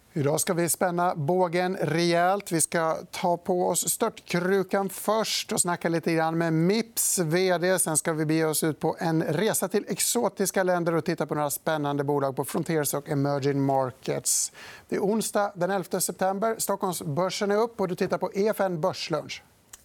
Idag ska vi spänna bågen rejält. Vi ska ta på oss störtkrukan först och snacka lite grann med Mips vd. Sen ska vi bege oss ut på en resa till exotiska länder och titta på några spännande bolag på Frontiers och Emerging Markets. Det är onsdag den 11 september. Stockholmsbörsen är upp och du tittar på EFN Börslunch.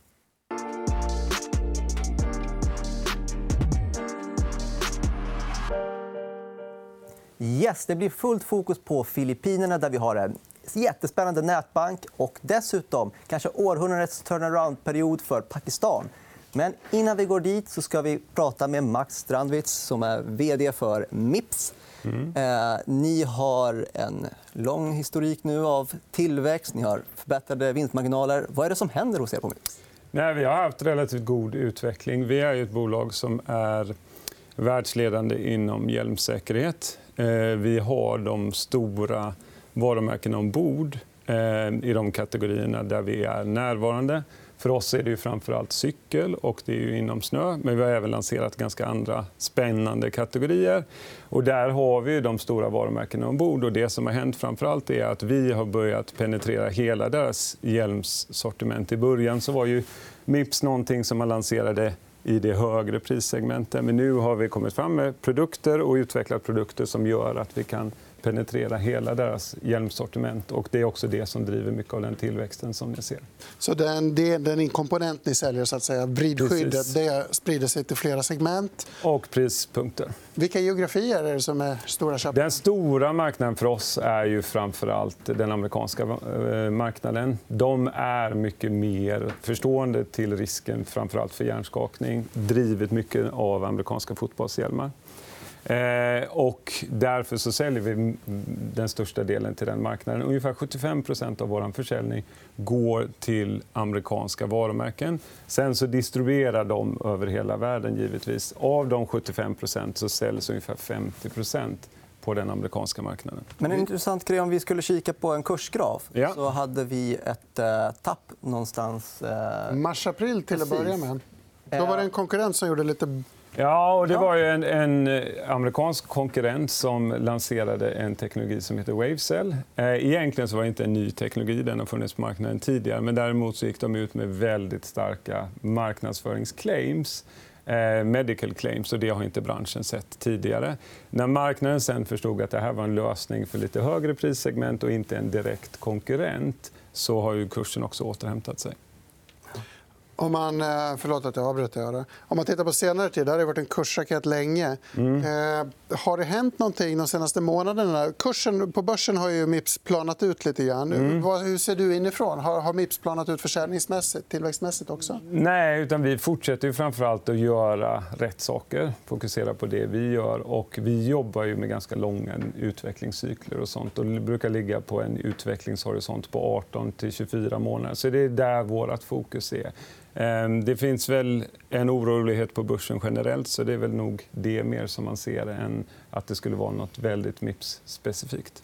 Yes, det blir fullt fokus på Filippinerna där vi har en jättespännande nätbank och dessutom kanske århundradets turnaround-period för Pakistan. Men innan vi går dit så ska vi prata med Max Strandwitz som är vd för Mips. Ni har en lång historik nu av tillväxt, ni har förbättrade vinstmarginaler. Vad är det som händer hos er på Mips? Nej, vi har haft relativt god utveckling. Vi är ett bolag som är världsledande inom hjälmsäkerhet. Vi har de stora varumärkena ombord i de kategorierna där vi är närvarande. För oss är det ju framförallt cykel och det är ju inom snö. Men vi har även lanserat ganska andra spännande kategorier. Och där har vi de stora varumärkena ombord. Och det som har hänt framförallt är att vi har börjat penetrera hela deras hjälmssortiment. I början så var ju Mips någonting som man lanserade i det högre prissegmentet. Men nu har vi kommit fram med produkter och utvecklat produkter som gör att vi kan penetrera hela deras hjälmsortiment. Och det är också det som driver mycket av den tillväxten som ni ser. Så den komponent ni säljer, så att säga, vridskyddet, det sprider sig till flera segment. Och prispunkter. Vilka geografier är det som är stora köpare? Den stora marknaden för oss är ju framförallt den amerikanska marknaden. De är mycket mer förstående till risken framförallt för hjärnskakning. Drivet mycket av amerikanska fotbollshjälmar. Och därför så säljer vi den största delen till den marknaden. Ungefär 75% av vår försäljning går till amerikanska varumärken. Sen så distribuerar de över hela världen givetvis. Av de 75% så säljs ungefär 50% på den amerikanska marknaden. Men en intressant grej om vi skulle kika på en kursgraf så hade vi ett tapp någonstans. Mars-april till att börja med. Då var det en konkurrent som gjorde lite. Ja, och det var ju en amerikansk konkurrent som lanserade en teknologi som heter WaveCell. Egentligen så var det inte en ny teknologi, den har funnits på marknaden tidigare. Men däremot så gick de ut med väldigt starka marknadsföringsclaims, medical claims, och det har inte branschen sett tidigare. När marknaden sen förstod att det här var en lösning för lite högre prissegment och inte en direkt konkurrent så har ju kursen också återhämtat sig. Om man, förlåt att jag avbröt det. Om man tittar på senare tid, det har det varit en kursraket länge. Har det hänt någonting de senaste månaderna? Kursen på börsen har ju Mips planat ut lite grann. Hur ser du inifrån? Har Mips planat ut försäljningsmässigt, tillväxtmässigt också? Nej, utan vi fortsätter ju framförallt att göra rätt saker, fokusera på det vi gör, och vi jobbar ju med ganska långa utvecklingscykler och sånt och brukar ligga på en utvecklingshorisont på 18 till 24 månader. Så det är där vårt fokus är. Det finns väl en orolighet på börsen generellt, så det är väl nog det mer som man ser än att det skulle vara något väldigt Mips-specifikt.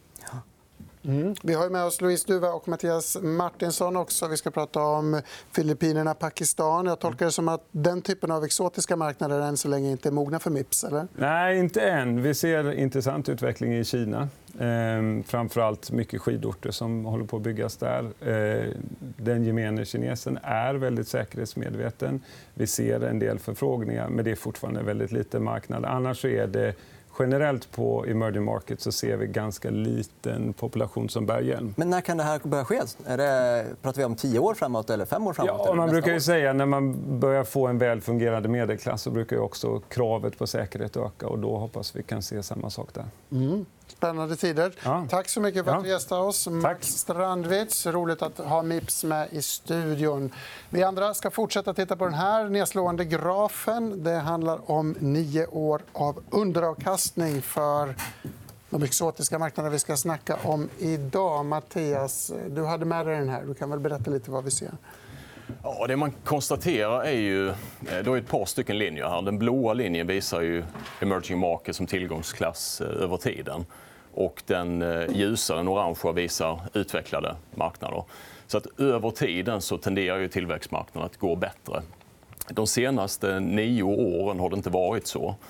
Vi har med oss Louise Duva och Mattias Martinsson också. Vi ska prata om Filippinerna och Pakistan. Jag tolkar det som att den typen av exotiska marknader än så länge inte är mogna för Mips, eller? Nej, inte än. Vi ser intressant utveckling i Kina. Framförallt mycket skidorter som håller på att byggas där. Den gemene kinesen är väldigt säkerhetsmedveten. Vi ser en del förfrågningar, men det är fortfarande väldigt lite marknad. Annars är det generellt på emerging markets så ser vi ganska liten population som bär hjälm. Men när kan det här börja ske? Pratar vi om 10 år framåt eller 5 år framåt? Ja, man brukar ju säga när man börjar få en väl fungerande medelklass så brukar ju också kravet på säkerhet öka, och då hoppas vi kan se samma sak där. Spännande tider. Ja. Tack så mycket för att du gästade oss. Max Strandwitz. Roligt att ha Mips med i studion. Vi andra ska fortsätta titta på den här nedslående grafen. Det handlar om 9 år av underavkastning för de exotiska marknaderna vi ska snacka om idag. Mattias, du hade med dig den här. Du kan väl berätta lite vad vi ser. Ja, det man konstaterar är ju det är ett par stycken linjer här. Den blåa linjen visar ju emerging market som tillgångsklass över tiden. Och den ljusa, den orangea, visar utvecklade marknader. Så att över tiden så tenderar ju tillväxtmarknaden att gå bättre. De senaste 9 åren har det inte varit så.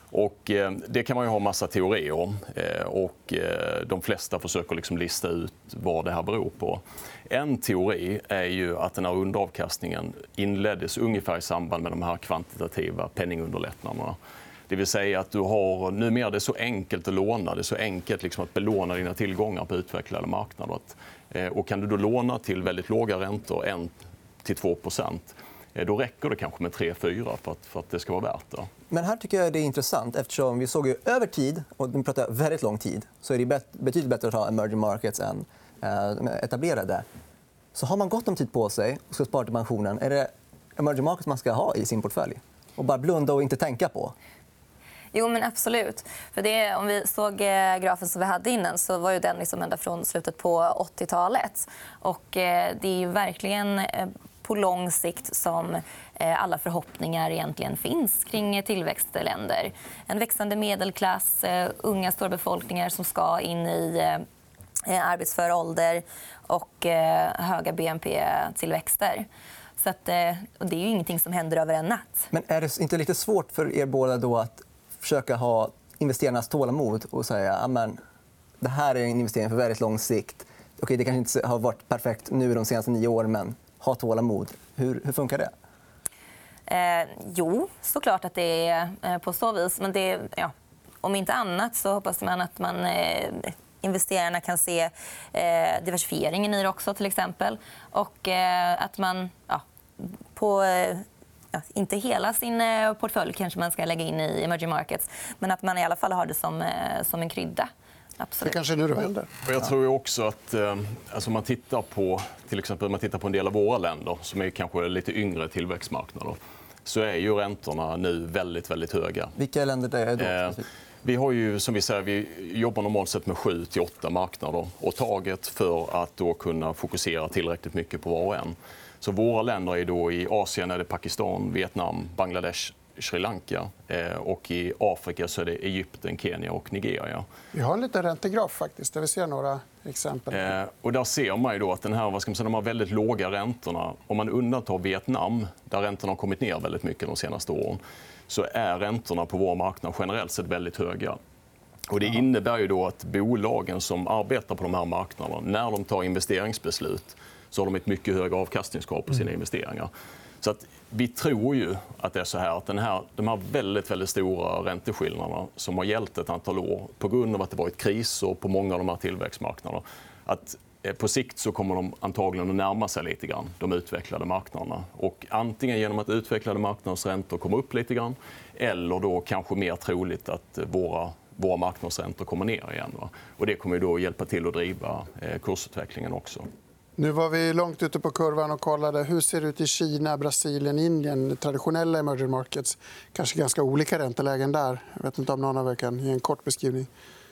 Och det kan man ju ha massa teorier om. Och de flesta försöker liksom lista ut vad det här beror på. En teori är ju att den här underavkastningen inleddes ungefär i samband med de här kvantitativa penningunderlättnaderna. Det vill säga att du har numera det är så enkelt att låna, det är så enkelt liksom att belåna dina tillgångar på utvecklade marknader. Och kan du då låna till väldigt låga räntor, 1-2%, då räcker det kanske med 3-4 för att det ska vara värt det. Men här tycker jag det är intressant eftersom vi såg ju över tid, och nu pratar jag väldigt lång tid, så är det betydligt bättre att ha emerging markets än etablerade. Så har man gott om tid på sig och ska spara till pensionen, är det emerging markets man ska ha i sin portfölj? Och bara blunda och inte tänka på? Jo, men absolut. För det, om vi såg grafen som vi hade innan så var ju den liksom ända från slutet på 80-talet. Och det är ju verkligen på lång sikt som alla förhoppningar egentligen finns kring tillväxtländer. En växande medelklass, unga stora befolkningar som ska in i arbetsför ålder och höga BNP-tillväxter. Så att, och det är ju ingenting som händer över en natt. Men är det inte lite svårt för er båda då att försöka ha investerarnas tålamod och säga att det här är en investering för väldigt lång sikt? Okej, det kanske inte har varit perfekt nu de senaste 9 åren, men ha tålamod. Hur funkar det? Jo, såklart att det är på så vis. Men det, om inte annat så hoppas man att investerarna kan se diversifieringen i det också, till exempel. Och att man på inte hela sin portfölj kanske man ska lägga in i emerging markets, men att man i alla fall har det som en krydda. Absolut. Det kanske är nu det händer. Jag tror också att alltså man tittar på till exempel man tittar på en del av våra länder som är kanske lite yngre tillväxtmarknader, så är ju räntorna nu väldigt, väldigt höga. Vilka länder är det då? Vi har ju, som vi säger, vi jobbar normalt sett med 7-8 marknader och taget för att då kunna fokusera tillräckligt mycket på var och en. Så våra länder är då i Asien är det Pakistan, Vietnam, Bangladesh, Sri Lanka och i Afrika så är det Egypten, Kenya och Nigeria. Vi har en liten räntegraf faktiskt där vi ser några exempel. Och där ser man ju då att de här väldigt låga räntorna, om man undantar Vietnam där räntorna har kommit ner väldigt mycket de senaste åren, så är räntorna på vår marknad generellt sett väldigt höga. Och det innebär ju då att bolagen som arbetar på de här marknaderna, när de tar investeringsbeslut, så har de ett mycket högre avkastningskrav på sina investeringar. Så att vi tror ju att det är så här att de här väldigt, väldigt stora ränteskillnaderna som har gällt ett antal år på grund av att det varit kriser på många av de här tillväxtmarknaderna, att på sikt så kommer de antagligen att närma sig lite grann de utvecklade marknaderna. Och antingen genom att utvecklade marknadsräntor kommer upp lite grann eller då kanske mer troligt att våra marknadsräntor kommer ner igen. Och det kommer ju då hjälpa till att driva kursutvecklingen också. Nu var vi långt ute på kurvan och kollade hur ser det ut i Kina, Brasilien, Indien, traditionella emerging markets. Kanske ganska olika räntelägen där. Jag vet inte om någon av er kan ge en kort beskrivning.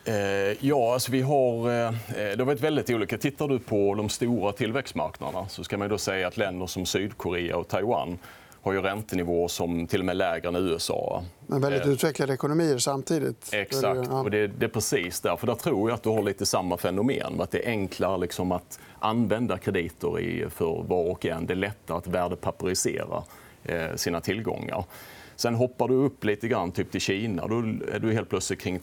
Ja, alltså det har varit väldigt olika. Tittar du på de stora tillväxtmarknaderna så ska man då säga att länder som Sydkorea och Taiwan har ju räntenivåer som till och med lägre än USA. Men väldigt utvecklade ekonomier samtidigt. Exakt, och det är precis därför. Där tror jag att du har lite samma fenomen. Att det är enklare liksom att använda krediter för var och en. Det är lättare att värdepapperisera sina tillgångar. Sen hoppar du upp lite grann typ till Kina. Då är du helt plötsligt kring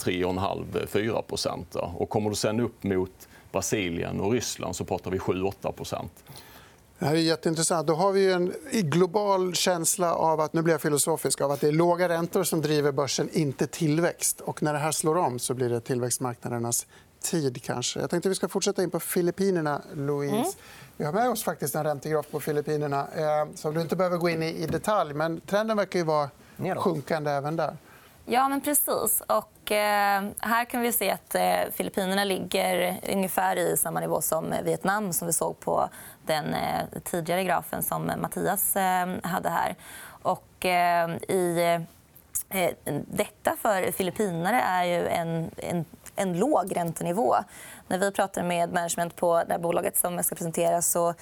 3,5-4%. Och kommer du sen upp mot Brasilien och Ryssland så pratar vi 7-8%. Det här är jätteintressant. Då har vi en global känsla av att, nu blir jag filosofisk, av att det är låga räntor som driver börsen, inte tillväxt. Och när det här slår om så blir det tillväxtmarknadernas tid kanske. Jag tänkte att vi ska fortsätta in på Filippinerna, Louise. Vi har med oss faktiskt en räntegraf på Filippinerna som du inte behöver gå in i detalj. Men trenden verkar ju vara sjunkande även där. Ja, men precis. Och här kan vi se att Filippinerna ligger ungefär i samma nivå som Vietnam som vi såg på den tidigare grafen som Mattias hade här. Och i detta för filippinare är ju en låg räntenivå. När vi pratar med management på det här bolaget som jag ska presentera så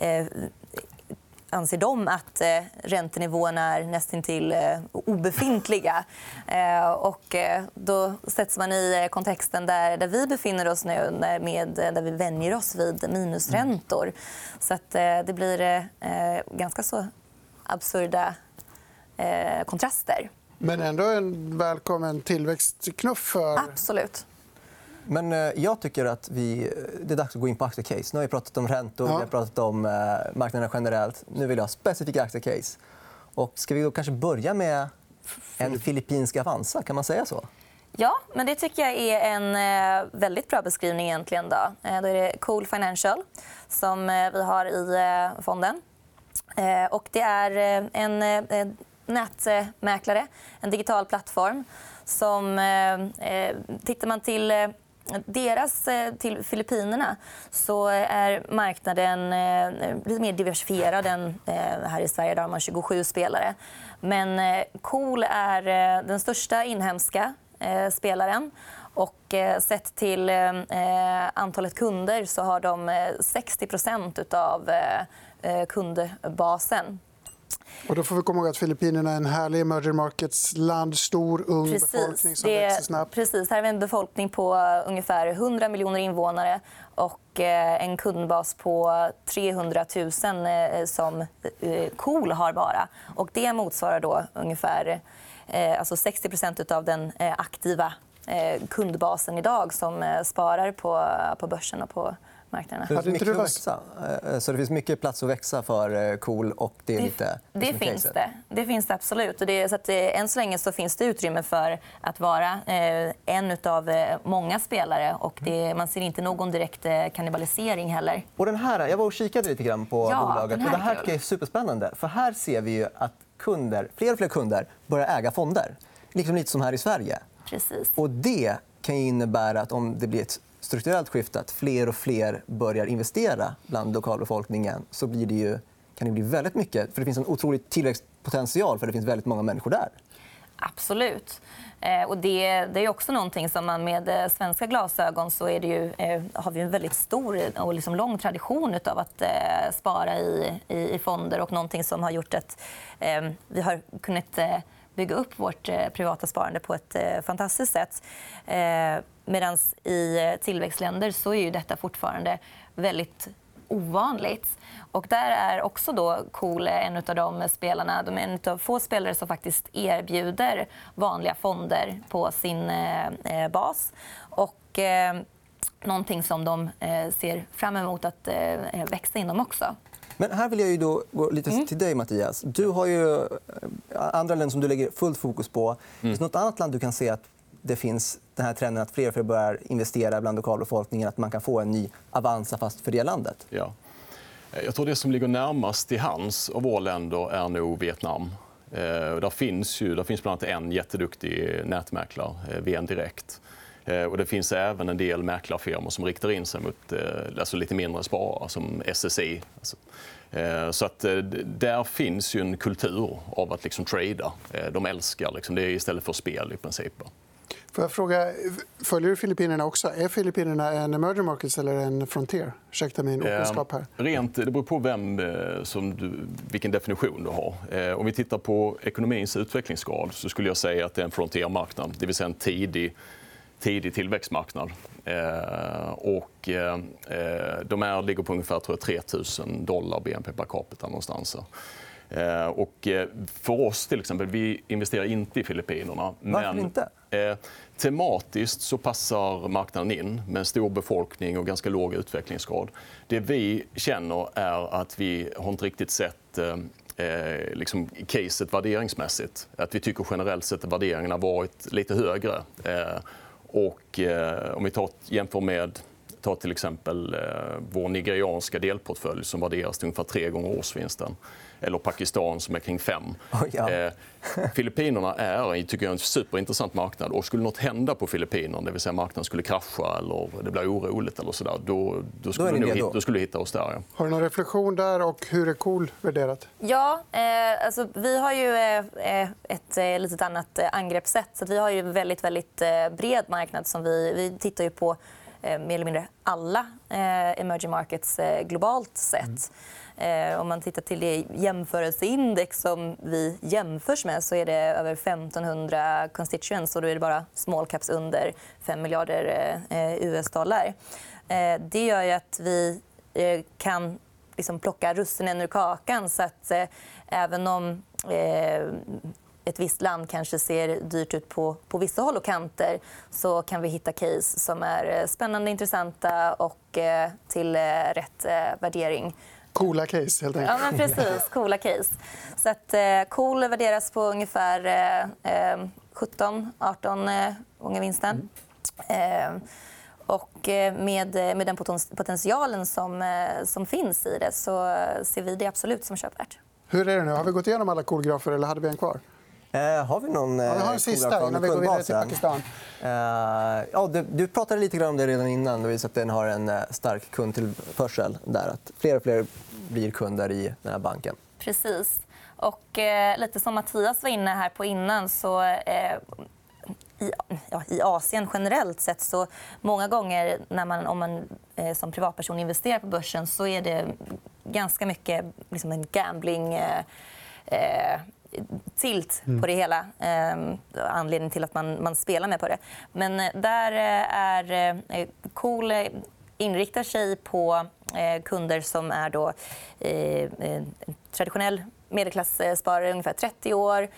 anser de att räntenivåerna är nästintill obefintliga. Och då sätts man i kontexten där vi befinner oss nu där vi vänjer oss vid minusräntor. Så att det blir ganska så absurda kontraster. Men ändå en välkommen tillväxtknuff för... Absolut. Men jag tycker att det är dags att gå in på aktiecase. Nu har vi pratat om räntor, vi har pratat om marknaden generellt. Nu vill jag ha specifika aktiecase. Och ska vi då kanske börja med en filippinsk Avanza? Kan man säga så? Ja, men det tycker jag är en väldigt bra beskrivning egentligen. Då är det Cool Financial som vi har i fonden. Och det är en nätmäklare, en digital plattform som tittar man till Filippinerna så är marknaden lite mer diversifierad än här i Sverige där har man 27 spelare. Men Cool är den största inhemska spelaren och sett till antalet kunder så har de 60% av kundbasen. Och då får vi komma ihåg att Filippinerna är en härlig emerging markets-land, stor, ung befolkning som växer snabbt. Precis, här har vi en befolkning på ungefär 100 miljoner invånare och en kundbas på 300 000 som Cool har bara. Och det motsvarar då ungefär 60% av den aktiva kundbasen idag som sparar på börsen och på marknaden. Det finns mycket att växa. Så det finns mycket plats att växa för Cool och det är lite... Det finns det absolut. Och så att, än så länge så finns det utrymme för att vara en av många spelare och man ser inte någon direkt kannibalisering heller. Och den här, jag var och kikade lite grann på bolaget och det här tycker jag är superspännande. För här ser vi ju att fler och fler kunder börjar äga fonder. Liksom lite som här i Sverige. Precis. Och det kan ju innebära att om det blir ett strukturellt skifte att fler och fler börjar investera bland lokalbefolkningen så kan det bli väldigt mycket. För det finns en otrolig tillväxtpotential för det finns väldigt många människor där. Absolut. Och det är också någonting som man med svenska glasögon så har vi en väldigt stor och liksom lång tradition av att spara i fonder och någonting som har gjort att vi har kunnat bygga upp vårt privata sparande på ett fantastiskt sätt. Medan i tillväxtländer så är ju detta fortfarande väldigt ovanligt. Och där är också då Cool en av de spelarna. De är en av få spelare som faktiskt erbjuder vanliga fonder på sin bas. Och någonting som de ser fram emot att växa inom också. Men här vill jag ju då gå lite till dig, Mattias. Du har ju andra länder som du lägger fullt fokus på. Finns det något annat land du kan se att det finns den här trenden att fler och fler börjar investera bland lokalbefolkningen, att man kan få en ny Avanza fast för det landet? Ja. Jag tror det som ligger närmast i hands av våra länder är nog Vietnam. Där finns bland annat en jätteduktig nätmäklare, VN Direkt. Och det finns även en del mäklarfirmor som riktar in sig mot lite mindre sparare som SSI. Så att där finns ju en kultur av att liksom trada. De älskar det istället för spel i princip. Får jag fråga, följer du Filippinerna också? Är Filippinerna en emerging markets eller en frontier? Ursäkta min okunskap här. Det beror på vilken definition du har. Om vi tittar på ekonomins utvecklingsgrad så skulle jag säga att det är en frontiermarknad, det vill säga en tidig tillväxtmarknad. De ligger på ungefär $3 000 BNP per capita någonstans. Och för oss till exempel, vi investerar inte i Filippinerna. Varför inte? Tematiskt så passar marknaden in med en stor befolkning och ganska låg utvecklingsgrad. Det vi känner är att vi har inte riktigt sett caset värderingsmässigt. Att vi tycker generellt sett att värderingen har varit lite högre. Och om vi jämför med till exempel vår nigerianska delportfölj som värderas till ungefär 3 gånger årsvinsten. Eller Pakistan som är kring 5. Filippinerna tycker jag, en superintressant marknad. Och skulle något hända på Filippinerna, det vill säga marknaden skulle krascha eller det blir oroligt eller sådär, då skulle vi hitta oss där. Ja. Har du någon reflektion där och hur är Cool värderat? Ja, vi har ju ett litet annat angreppssätt. Så vi har ju väldigt, väldigt bred marknad som vi tittar ju på mer eller mindre alla emerging markets globalt sett. Om man tittar till det jämförelseindex som vi jämförs med så är det över 1500 constituents och då är det bara small caps under 5 miljarder US-dollar. Det gör ju att vi kan liksom plocka russinen ur kakan så att även om ett visst land kanske ser dyrt ut på vissa håll och kanter, så kan vi hitta case som är spännande, intressanta och till rätt värdering. Coola case, helt enkelt. Ja, men precis. Coola case. Så att Cool värderas på ungefär 17-18 gånger vinsten. Och med den potentialen som finns i det så ser vi det absolut som köpvärt. Hur är det nu? Har vi gått igenom alla Cool-grafer eller hade vi en kvar? Har vi någon vi har en sista innan vi går vidare till Pakistan. Du pratade lite grann om det redan innan. Du visade att den har en stark kundtillförsel där. Att fler och fler blir kunder i den här banken. Precis. Och lite som Mattias var inne här på innan så i Asien generellt sett så många gånger om man som privatperson investerar på börsen så är det ganska mycket liksom en gambling tilt på det hela. Anledning till att man spelar med på det. Men där är Cool inriktar sig på kunder som är då traditionell medelklasssparare, ungefär 30 år,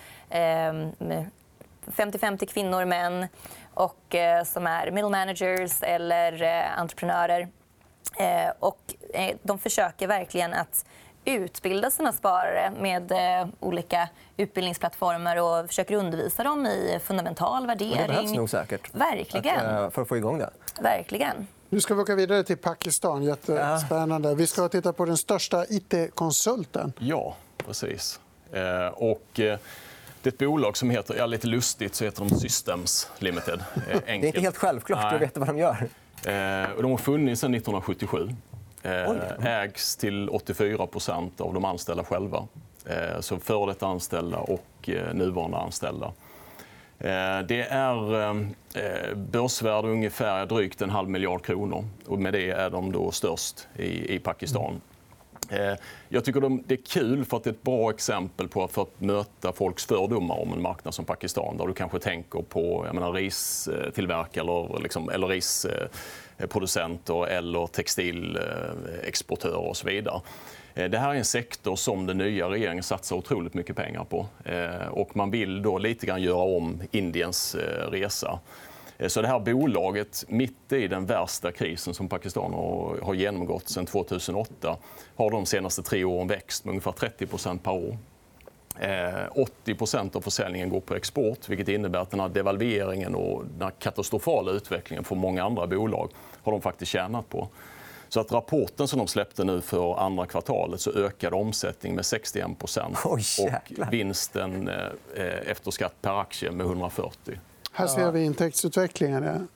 50-50 kvinnor, män och som är middle managers eller entreprenörer. Och de försöker verkligen att utbilda sina sparare med olika utbildningsplattformar och försöker undervisa dem i fundamental värdering. Men det behövs nog säkert. Verkligen. För att få igång det. Verkligen. Nu ska vi åka vidare till Pakistan. Jättespännande. Vi ska titta på den största IT-konsulten. Ja, precis. Och det är ett bolag som heter, lite lustigt, så heter de Systems Limited. Det är inte helt självklart att veta vad de gör. Och de har funnits sedan 1977. Ägs till 84% av de anställda själva. Så före detta anställda och nuvarande anställda. Det är börsvärde ungefär drygt 1,5 miljard kronor. Och med det är de då störst i Pakistan. Jag tycker det är kul för att det är ett bra exempel på för att möta folks fördomar om en marknad som Pakistan. Där du kanske tänker på ristillverkare eller risproducenter eller textilexportörer och så vidare. Det här är en sektor som den nya regeringen satsar otroligt mycket pengar på. Och man vill då lite grann göra om Indiens resa. Så det här bolaget, mitt i den värsta krisen som Pakistan har genomgått sedan 2008, har de senaste 3 åren växt med ungefär 30% per år. 80% av försäljningen går på export, vilket innebär att den här devalveringen och den här katastrofala utvecklingen för många andra bolag har de faktiskt tjänat på. Så att rapporten som de släppte nu för andra kvartalet så ökade omsättning med 61% och vinsten efter skatt per aktie med 140%. Här ser vi intäktsutvecklingen.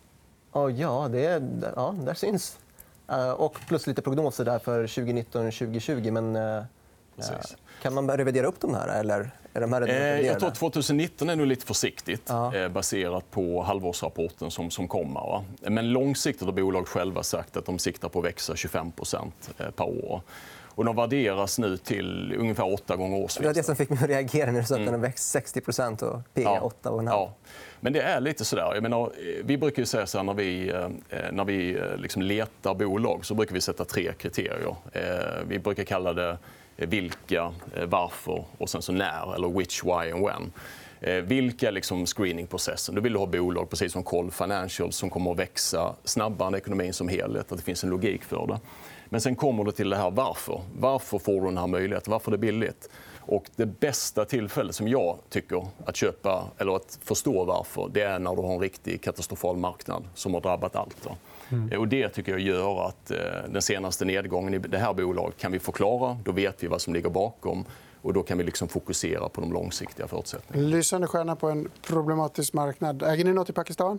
Där syns. Och plus lite prognoser där för 2019-2020. Men kan man revidera upp de här? Eller är de här jag tror att 2019 är nog lite försiktigt baserat på halvårsrapporten som kommer. Men långsiktigt har bolaget själva sagt att de siktar på att växa 25% per år. Och de värderas nu till ungefär 8 gånger årsvinsten. Det var det som fick mig att reagera när du sa att den har växt 60% och P 8,5. Ja. Men det är lite sådär. Jag menar, vi brukar ju säga så här, när vi liksom letar bolag så brukar vi sätta 3 kriterier. Vi brukar kalla det vilka, varför och sen så när, eller which, why and when. Vilka är liksom screeningprocessen? Då vill du ha bolag precis som Coll Financial som kommer att växa snabbare än ekonomin som helhet, att det finns en logik för det. Men sen kommer det till det här varför. Varför får du den här möjligheten? Varför är det billigt? Och det bästa tillfället som jag tycker att köpa eller att förstå varför, det är när du har en riktig katastrofal marknad som har drabbat allt. Och det tycker jag gör att den senaste nedgången i det här bolaget kan vi förklara. Då vet vi vad som ligger bakom och då kan vi liksom fokusera på de långsiktiga förutsättningarna. Lysande stjärna på en problematisk marknad. Äger ni något i Pakistan?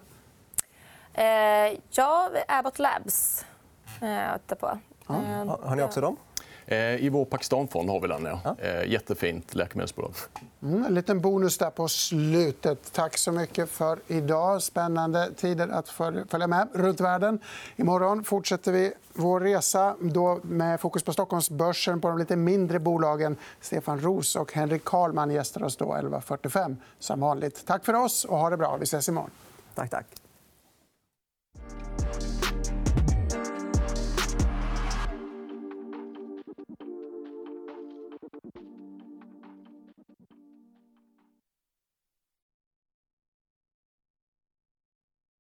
Abbott Labs. På. Har ni också dem? I vår Pakistanfond har vi den. Jättefint läkemedelsbolag. En liten bonus där på slutet. Tack så mycket för idag. Spännande tider att följa med runt världen. Imorgon fortsätter vi vår resa då med fokus på Stockholmsbörsen på de lite mindre bolagen. Stefan Roos och Henrik Karlman gästar oss då 11.45 som vanligt. Tack för oss och ha det bra. Vi ses imorgon. Tack.